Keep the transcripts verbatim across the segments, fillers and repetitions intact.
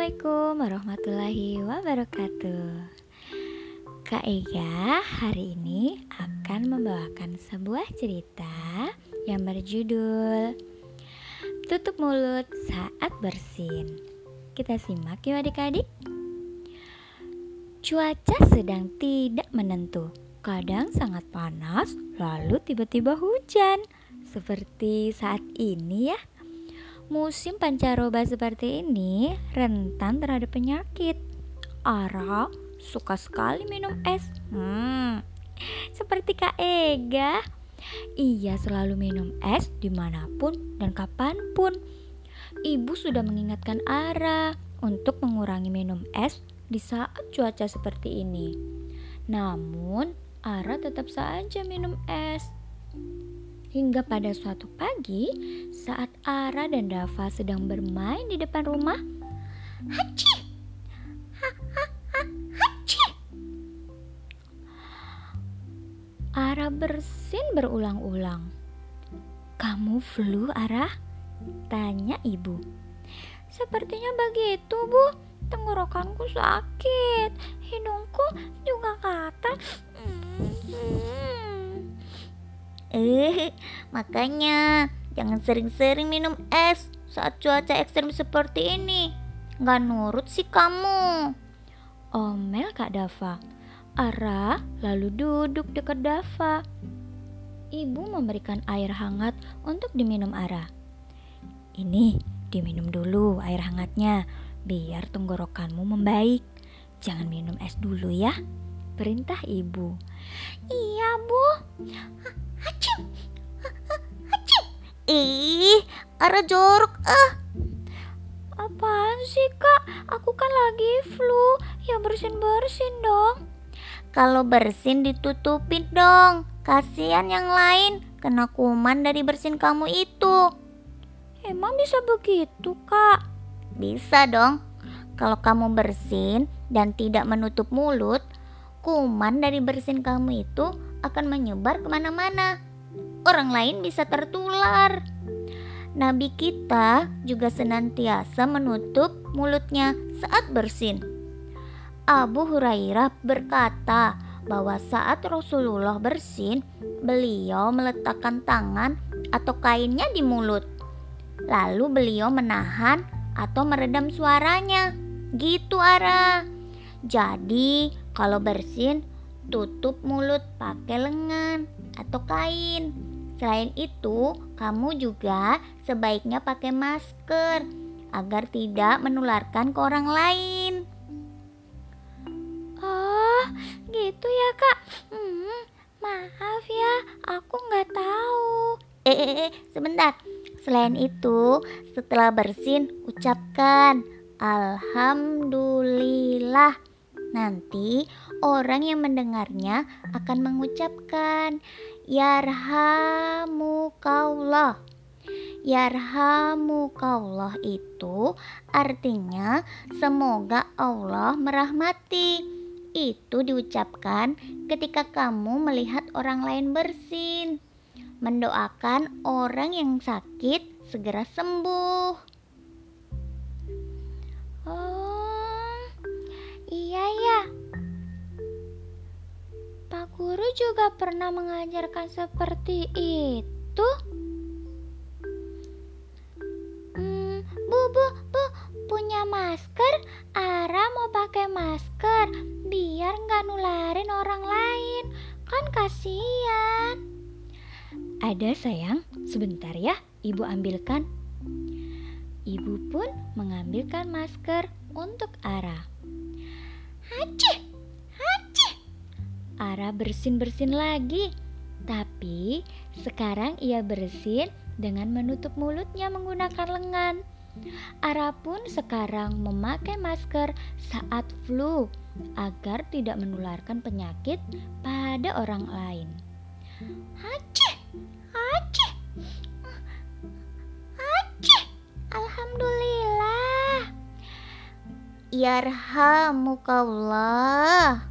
Assalamualaikum warahmatullahi wabarakatuh. Kak Ega hari ini akan membawakan sebuah cerita yang berjudul Tutup Mulut Saat Bersin. Kita simak yuk adik-adik. Cuaca sedang tidak menentu. Kadang sangat panas, lalu tiba-tiba hujan. Seperti saat ini ya. Musim pancaroba seperti ini rentan terhadap penyakit. Ara suka sekali minum es. Hmm, seperti Kak Ega. Ia selalu minum es dimanapun dan kapanpun. Ibu sudah mengingatkan Ara untuk mengurangi minum es di saat cuaca seperti ini. Namun Ara tetap saja minum es. Hingga pada suatu pagi, saat Ara dan Dava sedang bermain di depan rumah, haci, ha, ha, ha, haci. Ara bersin berulang-ulang. Kamu flu, Ara? Tanya ibu. Sepertinya begitu, Bu. Tenggorokanku sakit, hidungku juga gatal. Hmm. Eh, makanya jangan sering-sering minum es saat cuaca ekstrem seperti ini. Gak nurut sih kamu, omel Kak Dava. Ara lalu duduk dekat Dava. Ibu memberikan air hangat untuk diminum Ara. Ini diminum dulu air hangatnya, biar tenggorokanmu membaik. Jangan minum es dulu ya, perintah ibu. Iya, Bu. Hacim, hacim. Ih, Ara jorok ah. Apaan sih Kak? Aku kan lagi flu. Ya bersin-bersin dong. Kalau bersin ditutupin dong. Kasihan yang lain kena kuman dari bersin kamu itu. Emang bisa begitu Kak? Bisa dong. Kalau kamu bersin dan tidak menutup mulut, kuman dari bersin kamu itu akan menyebar kemana-mana. Orang lain bisa tertular. Nabi kita juga senantiasa menutup mulutnya saat bersin. Abu Hurairah berkata bahwa saat Rasulullah bersin, beliau meletakkan tangan atau kainnya di mulut. Lalu beliau menahan atau meredam suaranya. Gitu Ara. Jadi kalau bersin, tutup mulut pakai lengan atau kain. Selain itu, kamu juga sebaiknya pakai masker agar tidak menularkan ke orang lain. Oh, gitu ya Kak. Hmm, maaf ya, aku nggak tahu. Eh, eh, eh, sebentar. Selain itu, setelah bersin, ucapkan Alhamdulillah. Nanti orang yang mendengarnya akan mengucapkan Yarhamukallah. Yarhamukallah itu artinya semoga Allah merahmati. Itu diucapkan ketika kamu melihat orang lain bersin. Mendoakan orang yang sakit segera sembuh. Oh, iya ya. Pak Guru juga pernah mengajarkan seperti itu. Hmm, bu, bu, bu, punya masker? Ara mau pakai masker biar nggak nularin orang lain. Kan kasihan. Ada sayang, sebentar ya, ibu ambilkan. Ibu pun mengambilkan masker untuk Ara. Haci, haci. Ara bersin-bersin lagi. Tapi sekarang ia bersin dengan menutup mulutnya menggunakan lengan. Ara pun sekarang memakai masker saat flu agar tidak menularkan penyakit pada orang lain. Haci, haci, haci. Alhamdulillah. Yarhamukallah.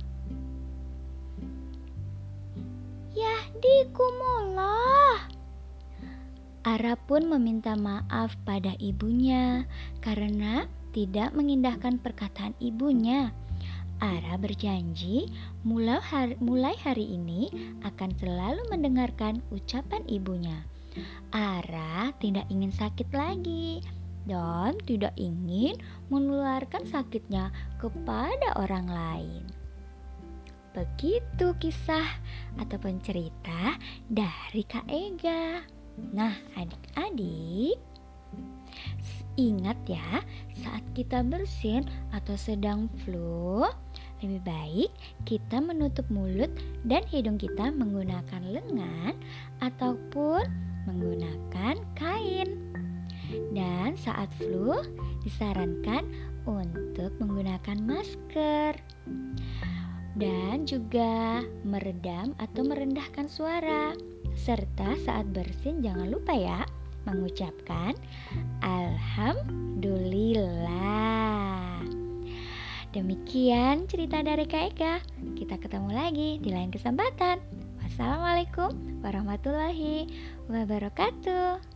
Yahdikumullah. Ara pun meminta maaf pada ibunya karena tidak mengindahkan perkataan ibunya. Ara berjanji mulai hari, mulai hari ini akan selalu mendengarkan ucapan ibunya. Ara tidak ingin sakit lagi dan tidak ingin menularkan sakitnya kepada orang lain. Begitu kisah ataupun cerita dari Kak Ega. Nah, adik-adik, ingat ya, saat kita bersin atau sedang flu, lebih baik kita menutup mulut dan hidung kita menggunakan lengan ataupun menggunakan kain. Dan saat flu, disarankan untuk menggunakan masker. Dan juga meredam atau merendahkan suara. Serta saat bersin jangan lupa ya mengucapkan Alhamdulillah. Demikian cerita dari Kak Ega. Kita ketemu lagi di lain kesempatan. Wassalamualaikum warahmatullahi wabarakatuh.